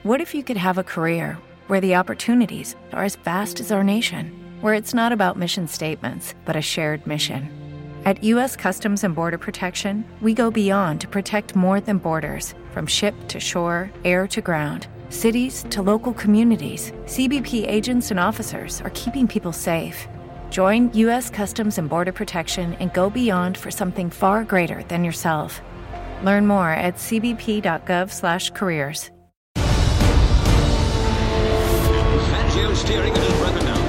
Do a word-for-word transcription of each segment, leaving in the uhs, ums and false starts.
What if you could have a career where the opportunities are as vast as our nation, where it's not about mission statements, but a shared mission? At U S Customs and Border Protection, we go beyond to protect more than borders. From ship to shore, air to ground, cities to local communities, C B P agents and officers are keeping people safe. Join U S Customs and Border Protection and go beyond for something far greater than yourself. Learn more at c b p dot gov slash careers. Fangio steering at his brother now.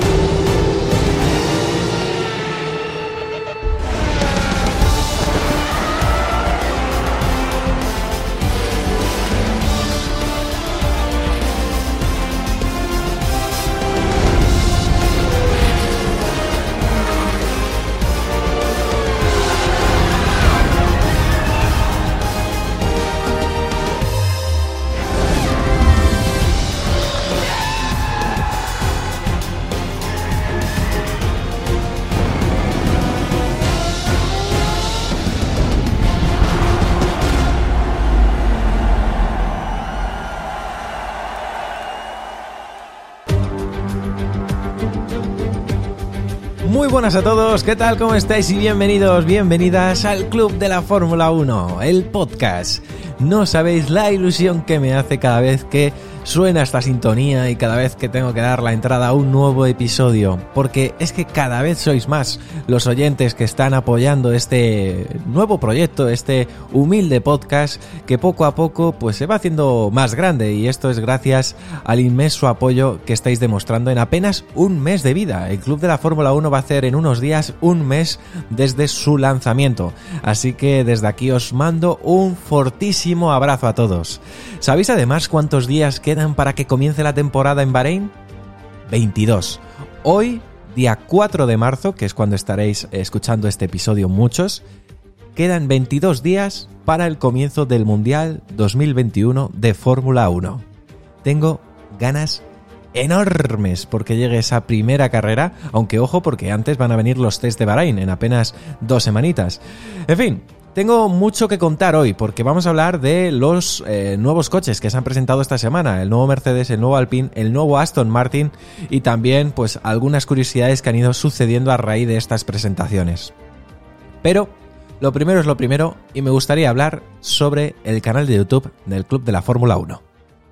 Muy buenas a todos, ¿qué tal? ¿Cómo estáis? Y bienvenidos, bienvenidas al Club de la Fórmula uno, el podcast. No sabéis la ilusión que me hace cada vez que suena esta sintonía y cada vez que tengo que dar la entrada a un nuevo episodio, porque es que cada vez sois más los oyentes que están apoyando este nuevo proyecto, este humilde podcast que poco a poco pues se va haciendo más grande, y esto es gracias al inmenso apoyo que estáis demostrando en apenas un mes de vida. El Club de la Fórmula uno va a hacer en unos días un mes desde su lanzamiento, así que desde aquí os mando un fortísimo abrazo a todos. ¿Sabéis además cuántos días quedan para que comience la temporada en Bahrein? veintidós. Hoy, día cuatro de marzo, que es cuando estaréis escuchando este episodio muchos, quedan veintidós días para el comienzo del Mundial dos mil veintiuno de Fórmula uno. Tengo ganas enormes porque llegue esa primera carrera, aunque ojo, porque antes van a venir los test de Bahrein en apenas dos semanitas. En fin, tengo mucho que contar hoy porque vamos a hablar de los eh, nuevos coches que se han presentado esta semana, el nuevo Mercedes, el nuevo Alpine, el nuevo Aston Martin y también pues algunas curiosidades que han ido sucediendo a raíz de estas presentaciones. Pero lo primero es lo primero, y me gustaría hablar sobre el canal de YouTube del Club de la Fórmula uno.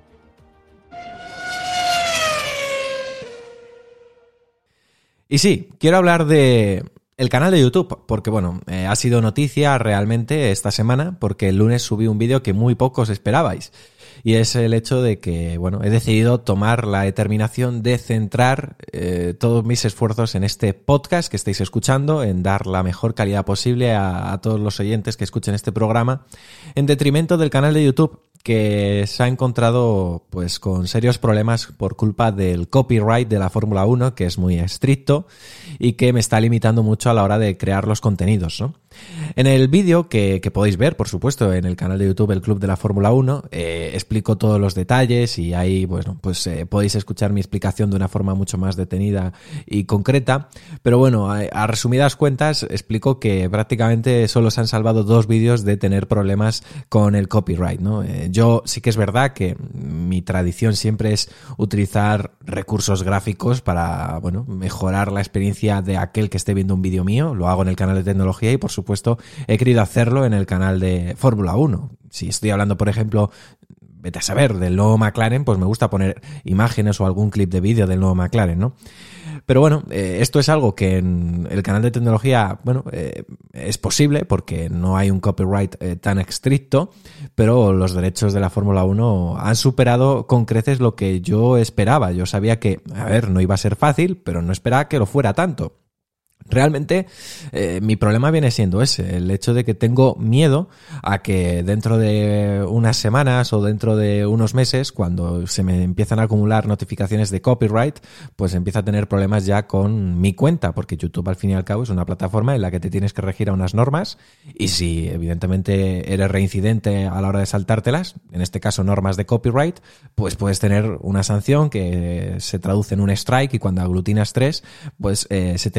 Y sí, quiero hablar de el canal de YouTube, porque bueno, eh, ha sido noticia realmente esta semana, porque el lunes subí un vídeo que muy pocos esperabais, y es el hecho de que, bueno, he decidido tomar la determinación de centrar eh, todos mis esfuerzos en este podcast que estáis escuchando, en dar la mejor calidad posible a, a todos los oyentes que escuchen este programa, en detrimento del canal de YouTube, que se ha encontrado pues con serios problemas por culpa del copyright de la Fórmula uno, que es muy estricto y que me está limitando mucho a la hora de crear los contenidos, ¿no? En el vídeo que, que podéis ver, por supuesto, en el canal de YouTube El Club de la Fórmula uno, eh, explico todos los detalles y ahí, bueno, pues eh, podéis escuchar mi explicación de una forma mucho más detenida y concreta. Pero bueno, a, a resumidas cuentas, explico que prácticamente solo se han salvado dos vídeos de tener problemas con el copyright, ¿no? Eh, yo sí que es verdad que mi tradición siempre es utilizar recursos gráficos para, bueno, mejorar la experiencia de aquel que esté viendo un vídeo mío. Lo hago en el canal de tecnología y, por supuesto, he querido hacerlo en el canal de Fórmula uno. Si estoy hablando, por ejemplo, vete a saber, del nuevo McLaren, pues me gusta poner imágenes o algún clip de vídeo del nuevo McLaren, ¿no? Pero bueno, eh, esto es algo que en el canal de tecnología, bueno, eh, es posible porque no hay un copyright eh, tan estricto, pero los derechos de la Fórmula uno han superado con creces lo que yo esperaba. Yo sabía que, a ver, no iba a ser fácil, pero no esperaba que lo fuera tanto. Realmente eh, mi problema viene siendo ese, el hecho de que tengo miedo a que dentro de unas semanas o dentro de unos meses, cuando se me empiezan a acumular notificaciones de copyright, pues empieza a tener problemas ya con mi cuenta, porque YouTube al fin y al cabo es una plataforma en la que te tienes que regir a unas normas, y si evidentemente eres reincidente a la hora de saltártelas, en este caso normas de copyright, pues puedes tener una sanción que se traduce en un strike, y cuando aglutinas tres, pues eh, se te cierra la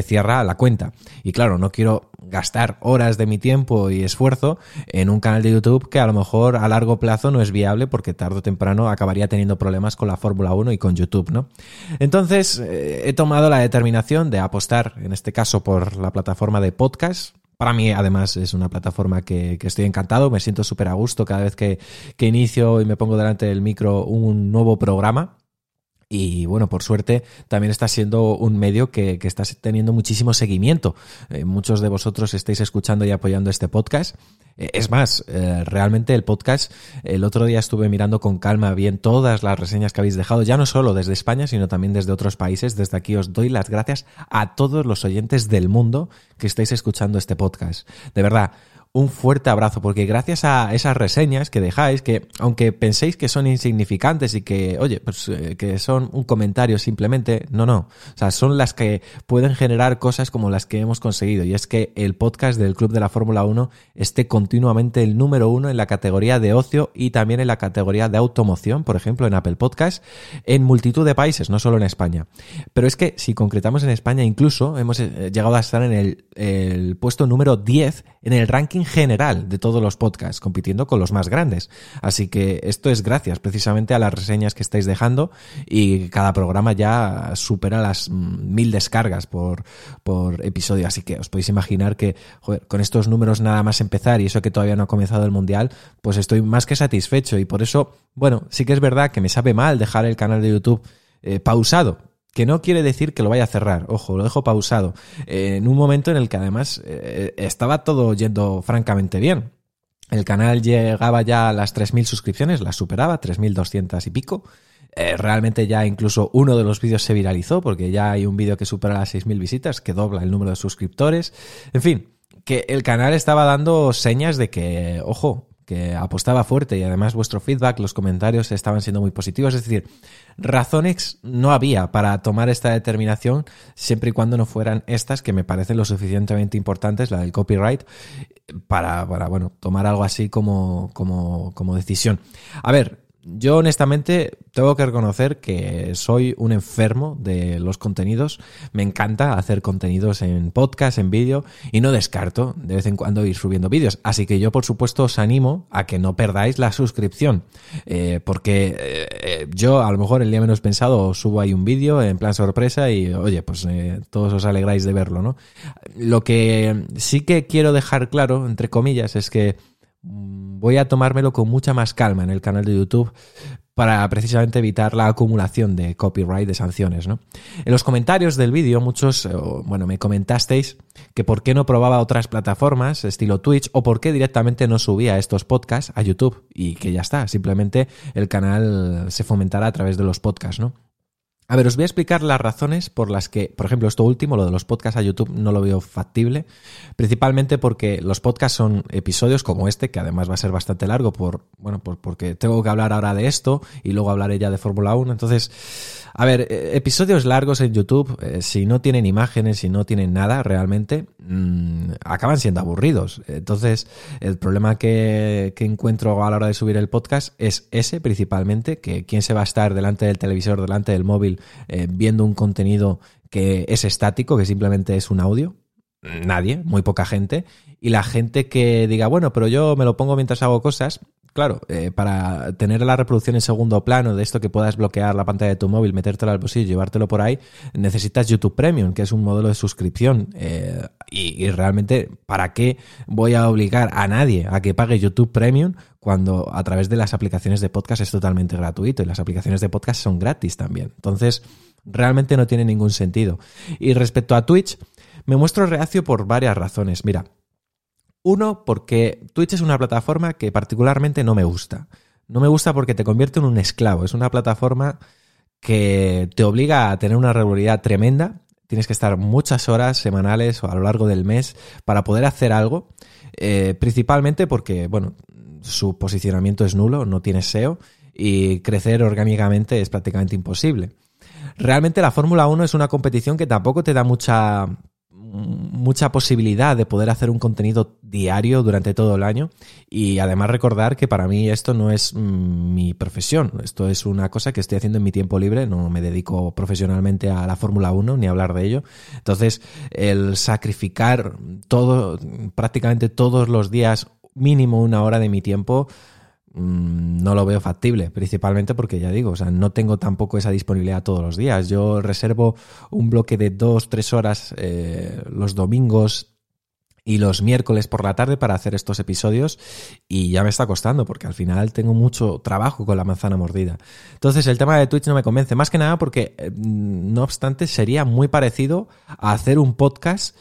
la cuenta. Y claro, no quiero gastar horas de mi tiempo y esfuerzo en un canal de YouTube que a lo mejor a largo plazo no es viable porque tarde o temprano acabaría teniendo problemas con la Fórmula uno y con YouTube, ¿no? Entonces, eh, he tomado la determinación de apostar, en este caso, por la plataforma de podcast. Para mí, además, es una plataforma que, que estoy encantado, me siento súper a gusto cada vez que, que inicio y me pongo delante del micro un nuevo programa. Y bueno, por suerte también está siendo un medio que, que está teniendo muchísimo seguimiento. Eh, muchos de vosotros estáis escuchando y apoyando este podcast. Eh, es más, eh, realmente el podcast, el otro día estuve mirando con calma bien todas las reseñas que habéis dejado, ya no solo desde España, sino también desde otros países. Desde aquí os doy las gracias a todos los oyentes del mundo que estáis escuchando este podcast. De verdad, un fuerte abrazo, porque gracias a esas reseñas que dejáis, que aunque penséis que son insignificantes y que, oye, pues eh, que son un comentario simplemente, no, no. O sea, son las que pueden generar cosas como las que hemos conseguido. Y es que el podcast del Club de la Fórmula uno esté continuamente el número uno en la categoría de ocio y también en la categoría de automoción, por ejemplo, en Apple Podcast, en multitud de países, no solo en España. Pero es que si concretamos en España, incluso hemos llegado a estar en el, el puesto número diez en el ranking general de todos los podcasts, compitiendo con los más grandes. Así que esto es gracias precisamente a las reseñas que estáis dejando, y cada programa ya supera las mil descargas por, por episodio. Así que os podéis imaginar que, joder, con estos números nada más empezar y eso que todavía no ha comenzado el Mundial, pues estoy más que satisfecho. Y por eso, bueno, sí que es verdad que me sabe mal dejar el canal de YouTube eh, pausado. Que no quiere decir que lo vaya a cerrar, ojo, lo dejo pausado, eh, en un momento en el que además eh, estaba todo yendo francamente bien. El canal llegaba ya a las tres mil suscripciones, las superaba, tres mil doscientas y pico. Eh, realmente ya incluso uno de los vídeos se viralizó, porque ya hay un vídeo que supera las seis mil visitas, que dobla el número de suscriptores. En fin, que el canal estaba dando señas de que, ojo, que apostaba fuerte, y además vuestro feedback, los comentarios estaban siendo muy positivos. Es decir, razones no había para tomar esta determinación, siempre y cuando no fueran estas que me parecen lo suficientemente importantes, la del copyright, para, para bueno, tomar algo así como, como, como decisión. A ver, yo honestamente tengo que reconocer que soy un enfermo de los contenidos. Me encanta hacer contenidos en podcast, en vídeo, y no descarto de vez en cuando ir subiendo vídeos. Así que yo, por supuesto, os animo a que no perdáis la suscripción, eh, porque eh, yo a lo mejor el día menos pensado os subo ahí un vídeo en plan sorpresa y oye, pues eh, todos os alegráis de verlo, ¿no? Lo que sí que quiero dejar claro, entre comillas, es que voy a tomármelo con mucha más calma en el canal de YouTube para precisamente evitar la acumulación de copyright, de sanciones, ¿no? En los comentarios del vídeo muchos, bueno, me comentasteis que por qué no probaba otras plataformas estilo Twitch, o por qué directamente no subía estos podcasts a YouTube, y que ya está, simplemente el canal se fomentará a través de los podcasts, ¿no? A ver, os voy a explicar las razones por las que, por ejemplo, esto último, lo de los podcasts a YouTube, no lo veo factible, principalmente porque los podcasts son episodios como este, que además va a ser bastante largo, por bueno, por, porque tengo que hablar ahora de esto y luego hablaré ya de Fórmula uno. Entonces, a ver, episodios largos en YouTube, eh, si no tienen imágenes, si no tienen nada realmente, mmm, acaban siendo aburridos. Entonces, el problema que, que encuentro a la hora de subir el podcast es ese principalmente, que quién se va a estar delante del televisor, delante del móvil, Eh, viendo un contenido que es estático, que simplemente es un audio. Nadie, muy poca gente. Y la gente que diga, bueno, pero yo me lo pongo mientras hago cosas, claro, eh, para tener la reproducción en segundo plano de esto, que puedas bloquear la pantalla de tu móvil, metértelo al bolsillo y llevártelo por ahí, necesitas YouTube Premium, que es un modelo de suscripción. Eh, y, y realmente, ¿para qué voy a obligar a nadie a que pague YouTube Premium cuando a través de las aplicaciones de podcast es totalmente gratuito, y las aplicaciones de podcast son gratis también? Entonces, realmente no tiene ningún sentido. Y respecto a Twitch, me muestro reacio por varias razones. Mira, uno, porque Twitch es una plataforma que particularmente no me gusta. No me gusta porque te convierte en un esclavo. Es una plataforma que te obliga a tener una regularidad tremenda. Tienes que estar muchas horas semanales o a lo largo del mes para poder hacer algo. Eh, principalmente porque, bueno, su posicionamiento es nulo, no tiene S E O, y crecer orgánicamente es prácticamente imposible. Realmente la Fórmula uno es una competición que tampoco te da mucha... mucha posibilidad de poder hacer un contenido diario durante todo el año, y además recordar que para mí esto no es mm, mi profesión, esto es una cosa que estoy haciendo en mi tiempo libre, no me dedico profesionalmente a la Fórmula uno ni a hablar de ello. Entonces, el sacrificar todo, prácticamente todos los días, mínimo una hora de mi tiempo, no lo veo factible, principalmente porque ya digo, o sea, no tengo tampoco esa disponibilidad todos los días. Yo reservo un bloque de dos, tres horas eh, los domingos y los miércoles por la tarde para hacer estos episodios, y ya me está costando porque al final tengo mucho trabajo con la manzana mordida. Entonces el tema de Twitch no me convence, más que nada porque no obstante sería muy parecido a hacer un podcast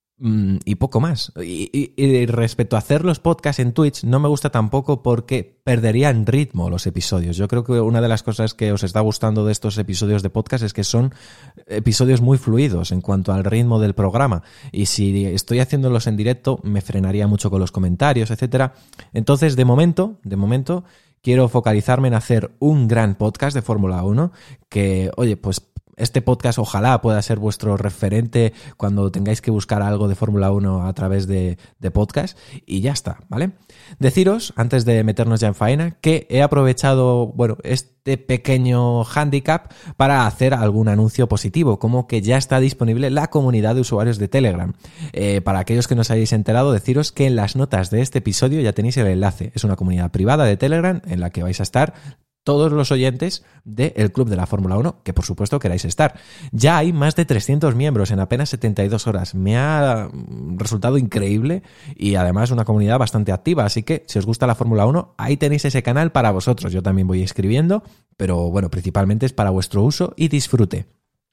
y poco más. Y, y, y respecto a hacer los podcasts en Twitch, no me gusta tampoco porque perderían ritmo los episodios. Yo creo que una de las cosas que os está gustando de estos episodios de podcast es que son episodios muy fluidos en cuanto al ritmo del programa. Y si estoy haciéndolos en directo, me frenaría mucho con los comentarios, etcétera. Entonces, de momento, de momento, quiero focalizarme en hacer un gran podcast de Fórmula uno que, oye, pues este podcast ojalá pueda ser vuestro referente cuando tengáis que buscar algo de Fórmula uno a través de, de podcast, y ya está, ¿vale? Deciros, antes de meternos ya en faena, que he aprovechado, bueno, este pequeño hándicap para hacer algún anuncio positivo, como que ya está disponible la comunidad de usuarios de Telegram. Eh, para aquellos que no os hayáis enterado, deciros que en las notas de este episodio ya tenéis el enlace. Es una comunidad privada de Telegram en la que vais a estar todos los oyentes del Club de la Fórmula uno, que por supuesto queráis estar. Ya hay más de trescientos miembros en apenas setenta y dos horas. Me ha resultado increíble y además una comunidad bastante activa, así que si os gusta la Fórmula uno, ahí tenéis ese canal para vosotros. Yo también voy escribiendo, pero bueno, principalmente es para vuestro uso y disfrute.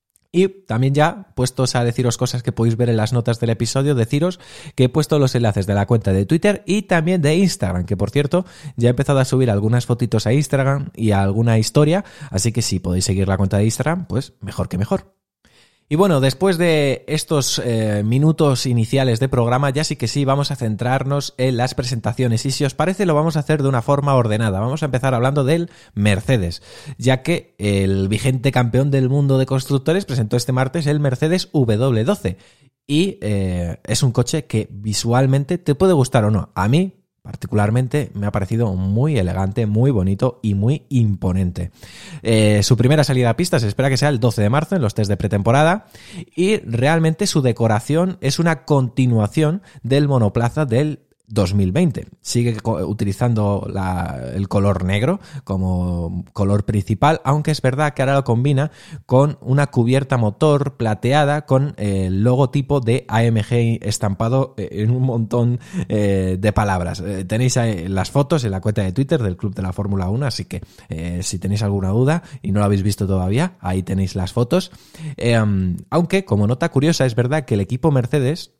Y también ya, puestos a deciros cosas que podéis ver en las notas del episodio, deciros que he puesto los enlaces de la cuenta de Twitter y también de Instagram, que por cierto, ya he empezado a subir algunas fotitos a Instagram y a alguna historia, así que si podéis seguir la cuenta de Instagram, pues mejor que mejor. Y bueno, después de estos eh, minutos iniciales de programa, ya sí que sí vamos a centrarnos en las presentaciones. Y si os parece, lo vamos a hacer de una forma ordenada. Vamos a empezar hablando del Mercedes, ya que el vigente campeón del mundo de constructores presentó este martes el Mercedes W doce. Y eh, es un coche que visualmente te puede gustar o no. A mí, particularmente, me ha parecido muy elegante, muy bonito y muy imponente. Eh, su primera salida a pista se espera que sea el doce de marzo en los test de pretemporada, y realmente su decoración es una continuación del monoplaza del dos mil veinte. Sigue utilizando la, el color negro como color principal, aunque es verdad que ahora lo combina con una cubierta motor plateada con el logotipo de A M G estampado en un montón eh, de palabras. Eh, tenéis las fotos en la cuenta de Twitter del Club de la Fórmula uno, así que eh, si tenéis alguna duda y no lo habéis visto todavía, ahí tenéis las fotos. Eh, aunque, como nota curiosa, es verdad que el equipo Mercedes,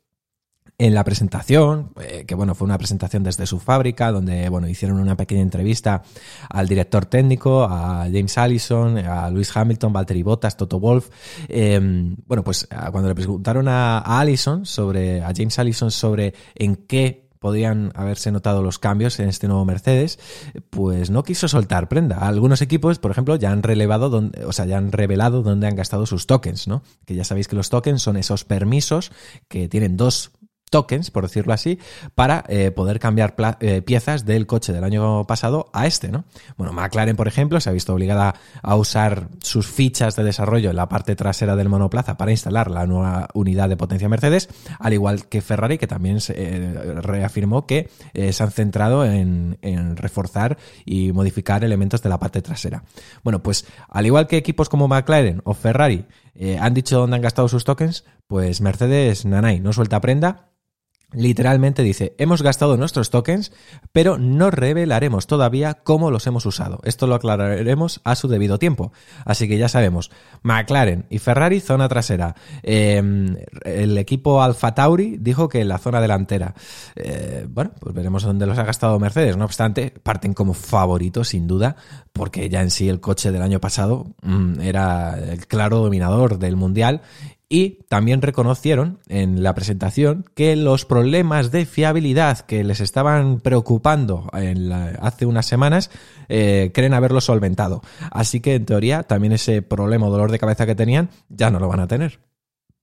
en la presentación, eh, que bueno, fue una presentación desde su fábrica, donde bueno, hicieron una pequeña entrevista al director técnico, a James Allison, a Lewis Hamilton, Valtteri Bottas, Toto Wolff. Eh, bueno, pues cuando le preguntaron a, a Allison sobre, a James Allison sobre en qué podrían haberse notado los cambios en este nuevo Mercedes, pues no quiso soltar prenda. Algunos equipos, por ejemplo, ya han relevado donde, o sea, ya han revelado dónde han gastado sus tokens, ¿no? Que ya sabéis que los tokens son esos permisos que tienen dos tokens, por decirlo así, para eh, poder cambiar pla- eh, piezas del coche del año pasado a este, ¿no? Bueno, McLaren, por ejemplo, se ha visto obligada a usar sus fichas de desarrollo en la parte trasera del monoplaza para instalar la nueva unidad de potencia Mercedes, al igual que Ferrari, que también se, eh, reafirmó que eh, se han centrado en, en reforzar y modificar elementos de la parte trasera. Bueno, pues al igual que equipos como McLaren o Ferrari eh, han dicho dónde han gastado sus tokens, pues Mercedes, nanay, no suelta prenda. Literalmente dice, hemos gastado nuestros tokens, pero no revelaremos todavía cómo los hemos usado. Esto lo aclararemos a su debido tiempo. Así que ya sabemos, McLaren y Ferrari, zona trasera. Eh, el equipo AlphaTauri dijo que en la zona delantera. Eh, bueno, pues veremos dónde los ha gastado Mercedes. No obstante, parten como favoritos, sin duda, porque ya en sí el coche del año pasado mmm, era el claro dominador del Mundial. Y también reconocieron en la presentación que los problemas de fiabilidad que les estaban preocupando en la, hace unas semanas eh, creen haberlo solventado. Así que en teoría también ese problema o dolor de cabeza que tenían ya no lo van a tener.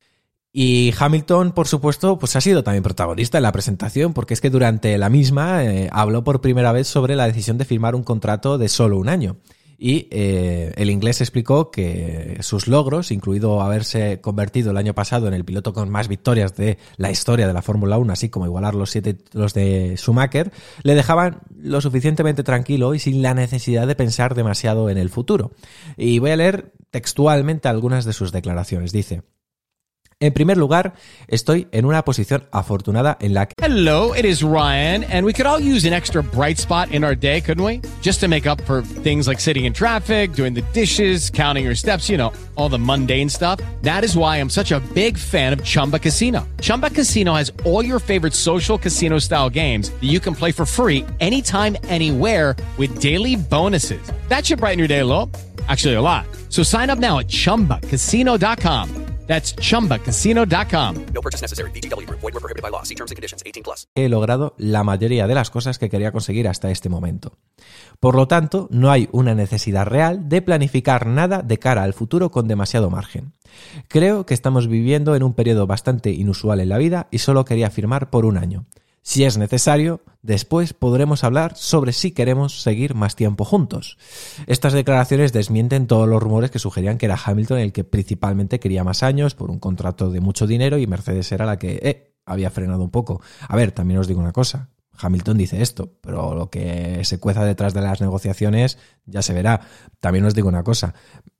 Y Hamilton, por supuesto, pues ha sido también protagonista en la presentación, porque es que durante la misma eh, habló por primera vez sobre la decisión de firmar un contrato de solo un año. Y eh, el inglés explicó que sus logros, incluido haberse convertido el año pasado en el piloto con más victorias de la historia de la Fórmula uno, así como igualar los siete títulos de Schumacher, le dejaban lo suficientemente tranquilo y sin la necesidad de pensar demasiado en el futuro. Y voy a leer textualmente algunas de sus declaraciones. Dice: en primer lugar, estoy en una posición afortunada en la que... Hello, it is Ryan, and we could all use an extra bright spot in our day, couldn't we? Just to make up for things like sitting in traffic, doing the dishes, counting your steps, you know, all the mundane stuff. That is why I'm such a big fan of Chumba Casino. Chumba Casino has all your favorite social casino-style games that you can play for free anytime, anywhere with daily bonuses. That should brighten your day a little. Actually, a lot. So sign up now at chumba casino dot com. That's chumba casino dot com. No purchase necessary. V G W Group. Void where prohibited by law. See terms and conditions. eighteen plus. He logrado la mayoría de las cosas que quería conseguir hasta este momento. Por lo tanto, no hay una necesidad real de planificar nada de cara al futuro con demasiado margen. Creo que estamos viviendo en un periodo bastante inusual en la vida y solo quería firmar por un año. Si es necesario, después podremos hablar sobre si queremos seguir más tiempo juntos. Estas declaraciones desmienten todos los rumores que sugerían que era Hamilton el que principalmente quería más años por un contrato de mucho dinero y Mercedes era la que eh, había frenado un poco. A ver, también os digo una cosa. Hamilton dice esto, pero lo que se cueza detrás de las negociaciones ya se verá. También os digo una cosa.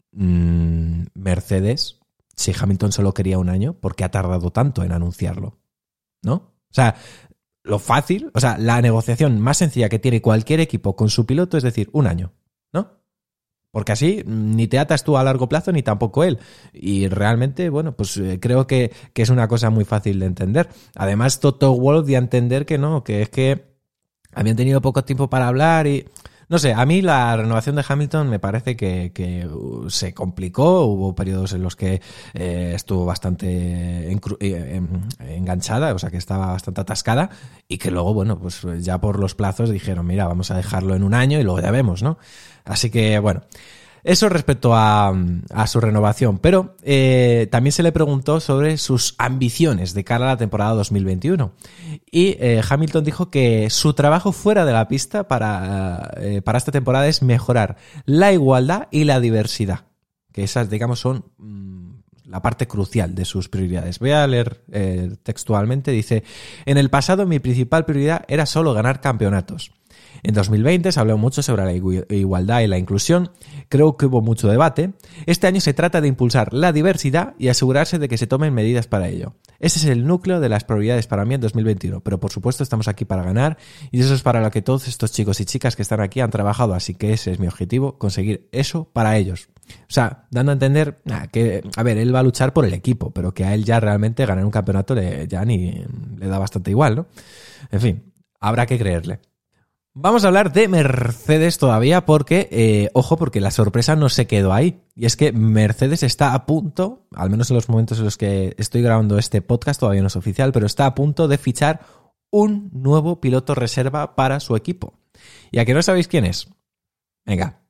Mmm, Mercedes, si Hamilton solo quería un año, ¿por qué ha tardado tanto en anunciarlo? ¿No? O sea... Lo fácil, o sea, la negociación más sencilla que tiene cualquier equipo con su piloto es decir, un año, ¿no? Porque así ni te atas tú a largo plazo ni tampoco él. Y realmente, bueno, pues eh, creo que, que es una cosa muy fácil de entender. Además, Toto Wolff dio a entender que no, que es que habían tenido poco tiempo para hablar y... No sé, a mí la renovación de Hamilton me parece que, que se complicó, hubo periodos en los que eh, estuvo bastante encru- eh, enganchada, o sea que estaba bastante atascada y que luego, bueno, pues ya por los plazos dijeron, mira, vamos a dejarlo en un año y luego ya vemos, ¿no? Así que, bueno... Eso respecto a, a su renovación, pero eh, también se le preguntó sobre sus ambiciones de cara a la temporada dos mil veintiuno y eh, Hamilton dijo que su trabajo fuera de la pista para, eh, para esta temporada es mejorar la igualdad y la diversidad, que esas, digamos, son mmm, la parte crucial de sus prioridades. Voy a leer eh, textualmente, dice: en el pasado mi principal prioridad era solo ganar campeonatos. En dos mil veinte se habló mucho sobre la igualdad y la inclusión, creo que hubo mucho debate. Este año se trata de impulsar la diversidad y asegurarse de que se tomen medidas para ello. Ese es el núcleo de las prioridades para mí en dos mil veintiuno, pero por supuesto estamos aquí para ganar y eso es para lo que todos estos chicos y chicas que están aquí han trabajado, así que ese es mi objetivo, conseguir eso para ellos. O sea, dando a entender que, a ver, él va a luchar por el equipo, pero que a él ya realmente ganar un campeonato le, ya ni le da bastante igual, ¿no? En fin, habrá que creerle. Vamos a hablar de Mercedes todavía porque, eh, ojo, porque la sorpresa no se quedó ahí. Y es que Mercedes está a punto, al menos en los momentos en los que estoy grabando este podcast, todavía no es oficial, pero está a punto de fichar un nuevo piloto reserva para su equipo. ¿Y a que no sabéis quién es? Venga,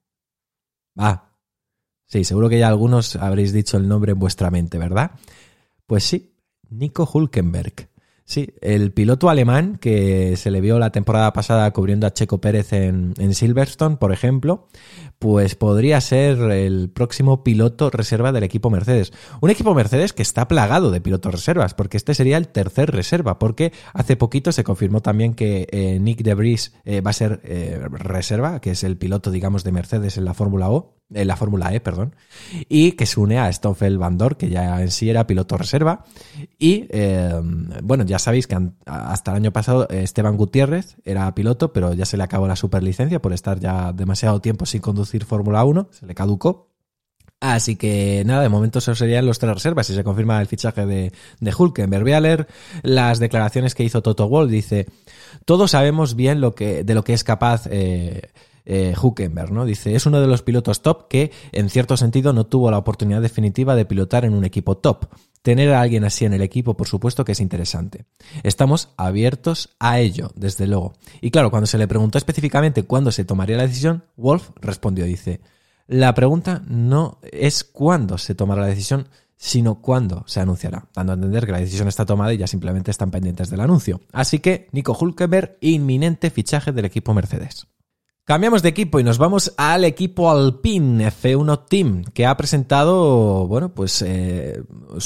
va. Sí, seguro que ya algunos habréis dicho el nombre en vuestra mente, ¿verdad? Pues sí, Nico Hülkenberg. Sí, el piloto alemán que se le vio la temporada pasada cubriendo a Checo Pérez en, en Silverstone, por ejemplo, pues podría ser el próximo piloto reserva del equipo Mercedes. Un equipo Mercedes que está plagado de pilotos reservas, porque este sería el tercer reserva, porque hace poquito se confirmó también que eh, Nick de Vries eh, va a ser eh, reserva, que es el piloto, digamos, de Mercedes en la Fórmula O, en la Fórmula E, perdón, y que se une a Stoffel Van Dorn, que ya en sí era piloto reserva, y eh, bueno, ya sabéis que hasta el año pasado Esteban Gutiérrez era piloto, pero ya se le acabó la superlicencia por estar ya demasiado tiempo sin conducir Fórmula uno, se le caducó. Así que nada, de momento esos serían los tres reservas si se confirma el fichaje de, de Hülkenberg. Voy a leer las declaraciones que hizo Toto Wolff. Dice: todos sabemos bien lo que, de lo que es capaz eh, eh, Hülkenberg, ¿no? Dice: es uno de los pilotos top que en cierto sentido no tuvo la oportunidad definitiva de pilotar en un equipo top. Tener a alguien así en el equipo, por supuesto que es interesante. Estamos abiertos a ello, desde luego. Y claro, cuando se le preguntó específicamente cuándo se tomaría la decisión, Wolff respondió, dice: la pregunta no es cuándo se tomará la decisión, sino cuándo se anunciará, dando a entender que la decisión está tomada y ya simplemente están pendientes del anuncio. Así que Nico Hülkenberg, inminente fichaje del equipo Mercedes. Cambiamos de equipo y nos vamos al equipo Alpine F uno Team, que ha presentado, bueno, pues eh,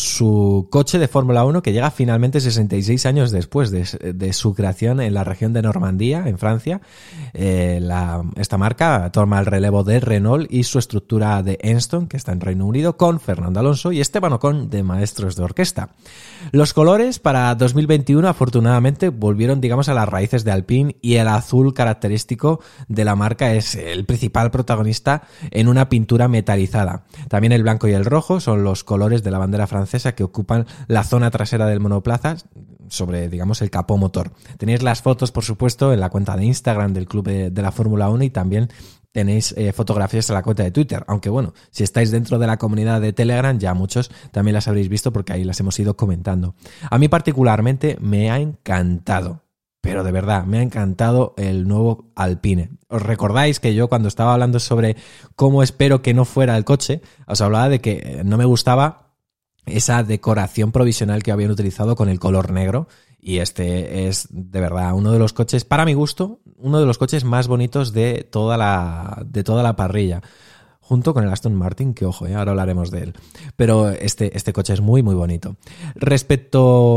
su coche de Fórmula uno que llega finalmente sesenta y seis años después de, de su creación en la región de Normandía, en Francia. Eh, la, esta marca toma el relevo de Renault y su estructura de Enston, que está en Reino Unido, con Fernando Alonso y Esteban Ocon de maestros de orquesta. Los colores para dos mil veintiuno afortunadamente volvieron, digamos, a las raíces de Alpine, y el azul característico de la marca es el principal protagonista en una pintura metalizada. También el blanco y el rojo son los colores de la bandera francesa que ocupan la zona trasera del monoplaza sobre, digamos, el capó motor. Tenéis las fotos, por supuesto, en la cuenta de Instagram del Club de, de la Fórmula uno, y también tenéis eh, fotografías en la cuenta de Twitter, aunque bueno, si estáis dentro de la comunidad de Telegram ya muchos también las habréis visto porque ahí las hemos ido comentando. A mí particularmente me ha encantado. Pero de verdad, me ha encantado el nuevo Alpine. ¿Os recordáis que yo cuando estaba hablando sobre cómo espero que no fuera el coche, os hablaba de que no me gustaba esa decoración provisional que habían utilizado con el color negro? Y este es, de verdad, uno de los coches, para mi gusto, uno de los coches más bonitos de toda la, de toda la parrilla. Junto con el Aston Martin, que ojo, ¿eh? Ahora hablaremos de él. Pero este, este coche es muy, muy bonito. Respecto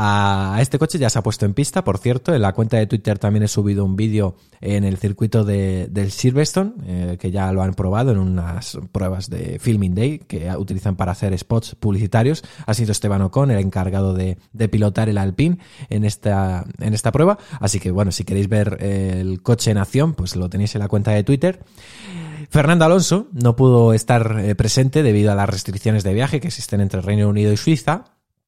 a este coche, ya se ha puesto en pista, por cierto. En la cuenta de Twitter también he subido un vídeo en el circuito de, del Silverstone, eh, que ya lo han probado en unas pruebas de Filming Day, que utilizan para hacer spots publicitarios. Ha sido Esteban Ocon el encargado de, de pilotar el Alpine en esta, en esta prueba. Así que, bueno, si queréis ver el coche en acción, pues lo tenéis en la cuenta de Twitter. Fernando Alonso no pudo estar eh, presente debido a las restricciones de viaje que existen entre Reino Unido y Suiza,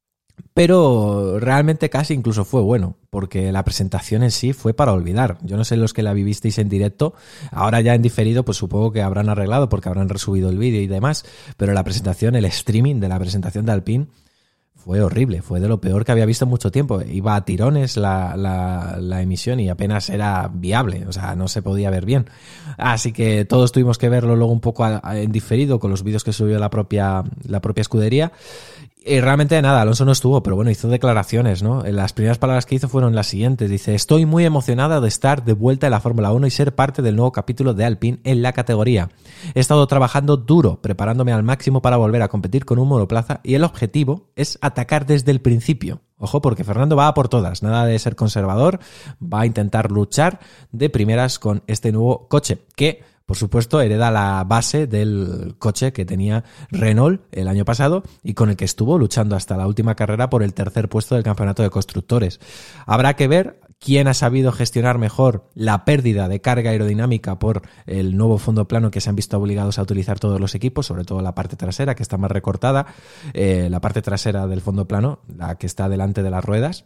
pero realmente casi incluso fue bueno, porque la presentación en sí fue para olvidar. Yo no sé los que la vivisteis en directo, ahora ya en diferido pues supongo que habrán arreglado porque habrán resubido el vídeo y demás, pero la presentación, el streaming de la presentación de Alpine fue horrible, fue de lo peor que había visto en mucho tiempo. Iba a tirones la, la, la emisión y apenas era viable, o sea, no se podía ver bien. Así que todos tuvimos que verlo luego un poco a, a, en diferido con los vídeos que subió la propia, la propia escudería. Y realmente nada, Alonso no estuvo, pero bueno, hizo declaraciones, ¿no? Las primeras palabras que hizo fueron las siguientes. Dice: estoy muy emocionada de estar de vuelta en la Fórmula uno y ser parte del nuevo capítulo de Alpine en la categoría. He estado trabajando duro, preparándome al máximo para volver a competir con un monoplaza y el objetivo es atacar desde el principio. Ojo, porque Fernando va a por todas, nada de ser conservador, va a intentar luchar de primeras con este nuevo coche, que por supuesto hereda la base del coche que tenía Renault el año pasado y con el que estuvo luchando hasta la última carrera por el tercer puesto del campeonato de constructores. Habrá que ver quién ha sabido gestionar mejor la pérdida de carga aerodinámica por el nuevo fondo plano que se han visto obligados a utilizar todos los equipos, sobre todo la parte trasera, que está más recortada, eh, la parte trasera del fondo plano, la que está delante de las ruedas.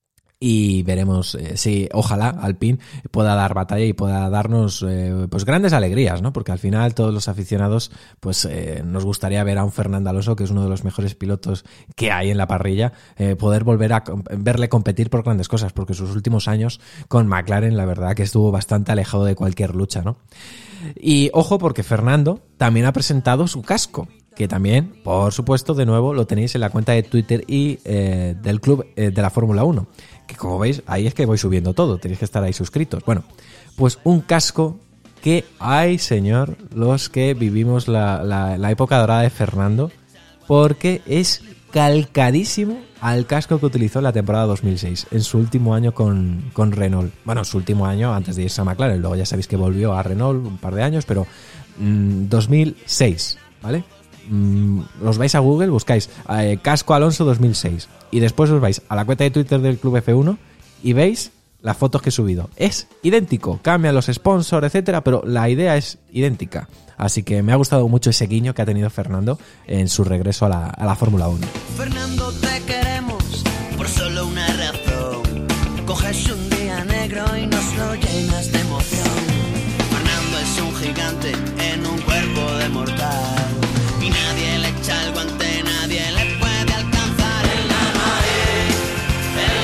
Y veremos eh, si ojalá Alpine pueda dar batalla y pueda darnos eh, pues grandes alegrías, ¿no? Porque al final todos los aficionados pues eh, nos gustaría ver a un Fernando Alonso, que es uno de los mejores pilotos que hay en la parrilla, eh, poder volver a verle competir por grandes cosas, porque sus últimos años con McLaren la verdad que estuvo bastante alejado de cualquier lucha, ¿no? Y ojo, porque Fernando también ha presentado su casco, que también, por supuesto, de nuevo lo tenéis en la cuenta de Twitter y eh, del club eh, de la Fórmula uno, que como veis, ahí es que voy subiendo todo, tenéis que estar ahí suscritos. Bueno, pues un casco que, ay señor, los que vivimos la, la, la época dorada de Fernando, porque es calcadísimo al casco que utilizó en la temporada dos mil seis, en su último año con, con Renault. Bueno, su último año antes de irse a McLaren, luego ya sabéis que volvió a Renault un par de años, pero mmm, dos mil seis, ¿vale? Mm, os vais a Google, buscáis eh, casco Alonso dos mil seis y después os vais a la cuenta de Twitter del Club F uno y veis las fotos que he subido. Es idéntico, cambian los sponsors, etcétera, pero la idea es idéntica. Así que me ha gustado mucho ese guiño que ha tenido Fernando en su regreso a la, a la Fórmula uno. Fernando, te queremos por solo una razón. Coges un día negro y nos lo llenas de emoción. Fernando es un gigante en un cuerpo de mortal. Y nadie le echa el guante, nadie le puede alcanzar. El nano ahí, el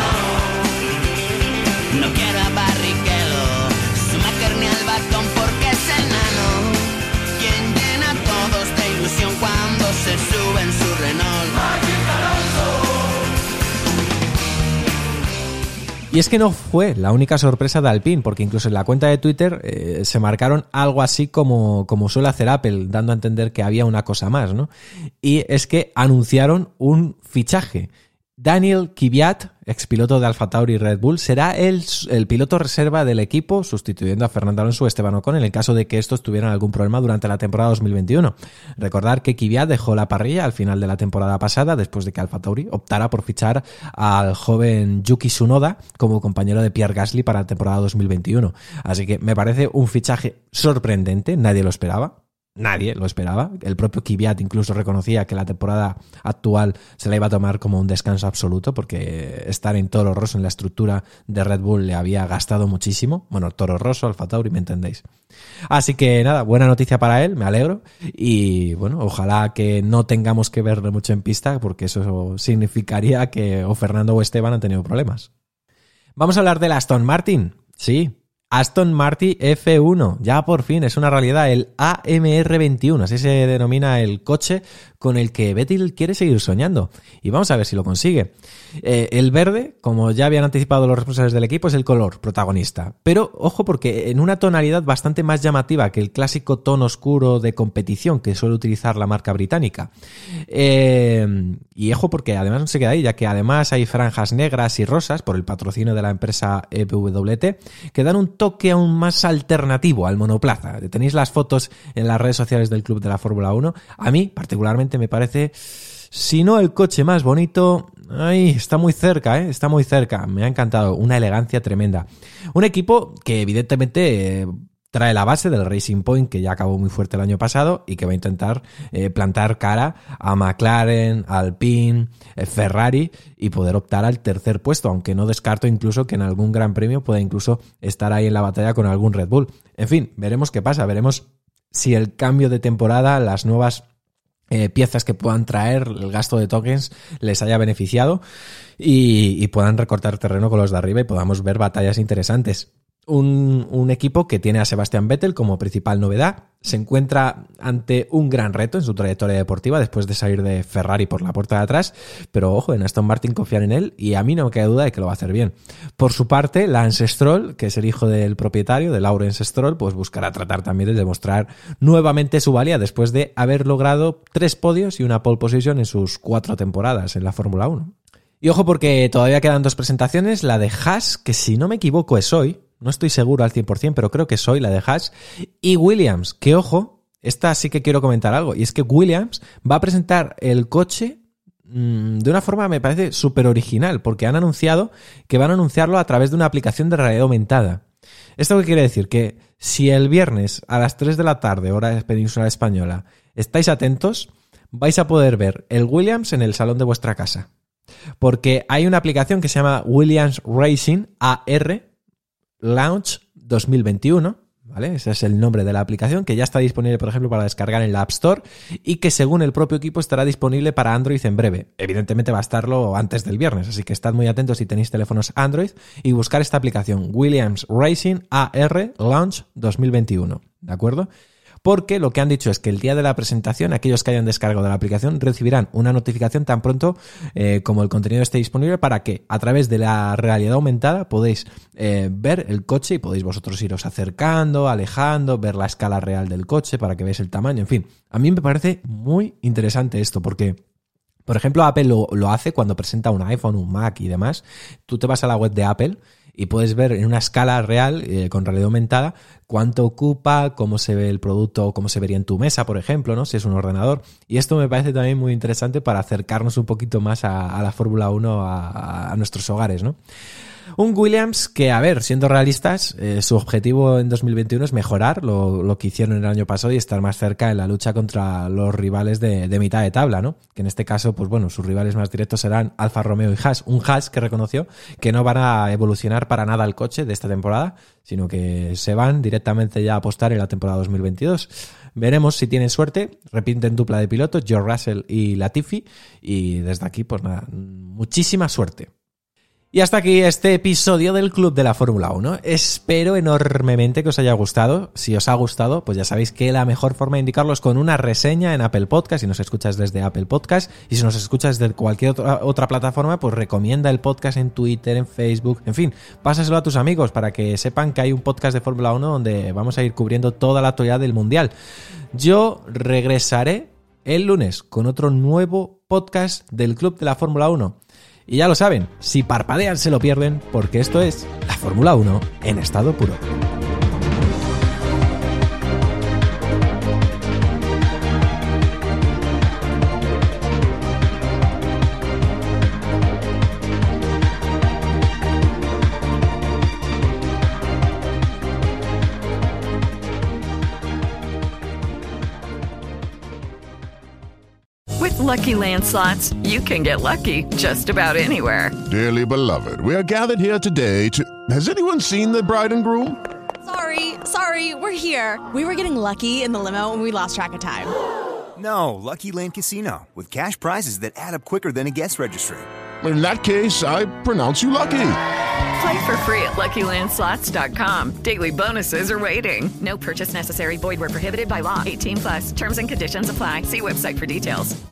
nano. No quiero a Barrichello, Schumacher ni al Bastón, porque es el nano quien llena a todos de ilusión cuando se sube en su Y es que no fue la única sorpresa de Alpine, porque incluso en la cuenta de Twitter eh, se marcaron algo así como, como suele hacer Apple, dando a entender que había una cosa más, ¿no? Y es que anunciaron un fichaje. Daniel Kvyat, expiloto de AlphaTauri y Red Bull, será el, el piloto reserva del equipo, sustituyendo a Fernando Alonso o Esteban Ocon en el caso de que estos tuvieran algún problema durante la temporada dos mil veintiuno. Recordar que Kvyat dejó la parrilla al final de la temporada pasada, después de que AlphaTauri optara por fichar al joven Yuki Tsunoda como compañero de Pierre Gasly para la temporada dos mil veintiuno. Así que me parece un fichaje sorprendente, nadie lo esperaba. Nadie lo esperaba. El propio Kvyat incluso reconocía que la temporada actual se la iba a tomar como un descanso absoluto porque estar en Toro Rosso en la estructura de Red Bull le había gastado muchísimo. Bueno, Toro Rosso, AlphaTauri, me entendéis. Así que nada, buena noticia para él, me alegro. Y bueno, ojalá que no tengamos que verle mucho en pista porque eso significaría que o Fernando o Esteban han tenido problemas. Vamos a hablar del Aston Martin. Sí. Aston Martin F uno, ya por fin es una realidad, el A M R veintiuno, así se denomina el coche con el que Vettel quiere seguir soñando. Y vamos a ver si lo consigue. Eh, el verde, como ya habían anticipado los responsables del equipo, es el color protagonista. Pero ojo porque en una tonalidad bastante más llamativa que el clásico tono oscuro de competición que suele utilizar la marca británica. Eh, y ojo porque además no se queda ahí, ya que además hay franjas negras y rosas por el patrocinio de la empresa E W T que dan un toque aún más alternativo al monoplaza. Tenéis las fotos en las redes sociales del Club de la Fórmula uno. A mí, particularmente, me parece, si no el coche más bonito, ay, está muy cerca, ¿eh? Está muy cerca. Me ha encantado. Una elegancia tremenda. Un equipo que, evidentemente, eh, trae la base del Racing Point, que ya acabó muy fuerte el año pasado y que va a intentar eh, plantar cara a McLaren, Alpine, eh, Ferrari y poder optar al tercer puesto, aunque no descarto incluso que en algún gran premio pueda incluso estar ahí en la batalla con algún Red Bull. En fin, veremos qué pasa, veremos si el cambio de temporada, las nuevas eh, piezas que puedan traer, el gasto de tokens les haya beneficiado y, y puedan recortar terreno con los de arriba y podamos ver batallas interesantes. Un, un equipo que tiene a Sebastian Vettel como principal novedad, se encuentra ante un gran reto en su trayectoria deportiva después de salir de Ferrari por la puerta de atrás, pero ojo, en Aston Martin confían en él y a mí no me queda duda de que lo va a hacer bien. Por su parte, Lance Stroll, que es el hijo del propietario, de Lawrence Stroll, pues buscará tratar también de demostrar nuevamente su valía después de haber logrado tres podios y una pole position en sus cuatro temporadas en la Fórmula uno. Y ojo porque todavía quedan dos presentaciones, la de Haas, que si no me equivoco es hoy, no estoy seguro al cien por ciento, pero creo que soy la de Haas. Y Williams, que ojo, esta sí que quiero comentar algo. Y es que Williams va a presentar el coche mmm, de una forma, me parece, súper original. Porque han anunciado que van a anunciarlo a través de una aplicación de realidad aumentada. ¿Esto qué quiere decir? Que si el viernes a las tres de la tarde, hora de Península Española, estáis atentos, vais a poder ver el Williams en el salón de vuestra casa. Porque hay una aplicación que se llama Williams Racing A R Launch dos mil veintiuno, ¿vale? Ese es el nombre de la aplicación, que ya está disponible, por ejemplo, para descargar en la App Store y que según el propio equipo estará disponible para Android en breve. Evidentemente va a estarlo antes del viernes, así que estad muy atentos si tenéis teléfonos Android y buscar esta aplicación Williams Racing A R Launch dos mil veintiuno, ¿de acuerdo? Porque lo que han dicho es que el día de la presentación, aquellos que hayan descargado la aplicación recibirán una notificación tan pronto eh, como el contenido esté disponible para que a través de la realidad aumentada podéis eh, ver el coche y podéis vosotros iros acercando, alejando, ver la escala real del coche para que veáis el tamaño. En fin, a mí me parece muy interesante esto porque, por ejemplo, Apple lo, lo hace cuando presenta un iPhone, un Mac y demás. Tú te vas a la web de Apple y puedes ver en una escala real, eh, con realidad aumentada, cuánto ocupa, cómo se ve el producto, cómo se vería en tu mesa, por ejemplo, ¿no? Si es un ordenador. Y esto me parece también muy interesante para acercarnos un poquito más a, a la Fórmula uno, a, a nuestros hogares, ¿no? Un Williams que, a ver, siendo realistas, eh, su objetivo en dos mil veintiuno es mejorar lo, lo que hicieron el año pasado y estar más cerca en la lucha contra los rivales de, de mitad de tabla, ¿no? Que en este caso, pues bueno, sus rivales más directos serán Alfa Romeo y Haas. Un Haas que reconoció que no van a evolucionar para nada el coche de esta temporada, sino que se van directamente ya a apostar en la temporada dos mil veintidós. Veremos si tienen suerte, repiten dupla de pilotos, George Russell y Latifi, y desde aquí, pues nada, muchísima suerte. Y hasta aquí este episodio del Club de la Fórmula uno. Espero enormemente que os haya gustado. Si os ha gustado, pues ya sabéis que la mejor forma de indicarlo es con una reseña en Apple Podcast, si nos escuchas desde Apple Podcast. Y si nos escuchas desde cualquier otra, otra plataforma, pues recomienda el podcast en Twitter, en Facebook, en fin, pásaselo a tus amigos para que sepan que hay un podcast de Fórmula uno donde vamos a ir cubriendo toda la actualidad del Mundial. Yo regresaré el lunes con otro nuevo podcast del Club de la Fórmula uno. Y ya lo saben, si parpadean se lo pierden, porque esto es la Fórmula uno en estado puro. With Lucky Land Slots, you can get lucky just about anywhere. Dearly beloved, we are gathered here today to... Has anyone seen the bride and groom? Sorry, sorry, we're here. We were getting lucky in the limo and we lost track of time. No, Lucky Land Casino, with cash prizes that add up quicker than a guest registry. In that case, I pronounce you lucky. Play for free at Lucky Land Slots dot com. Daily bonuses are waiting. No purchase necessary. Void where prohibited by law. eighteen plus. Terms and conditions apply. See website for details.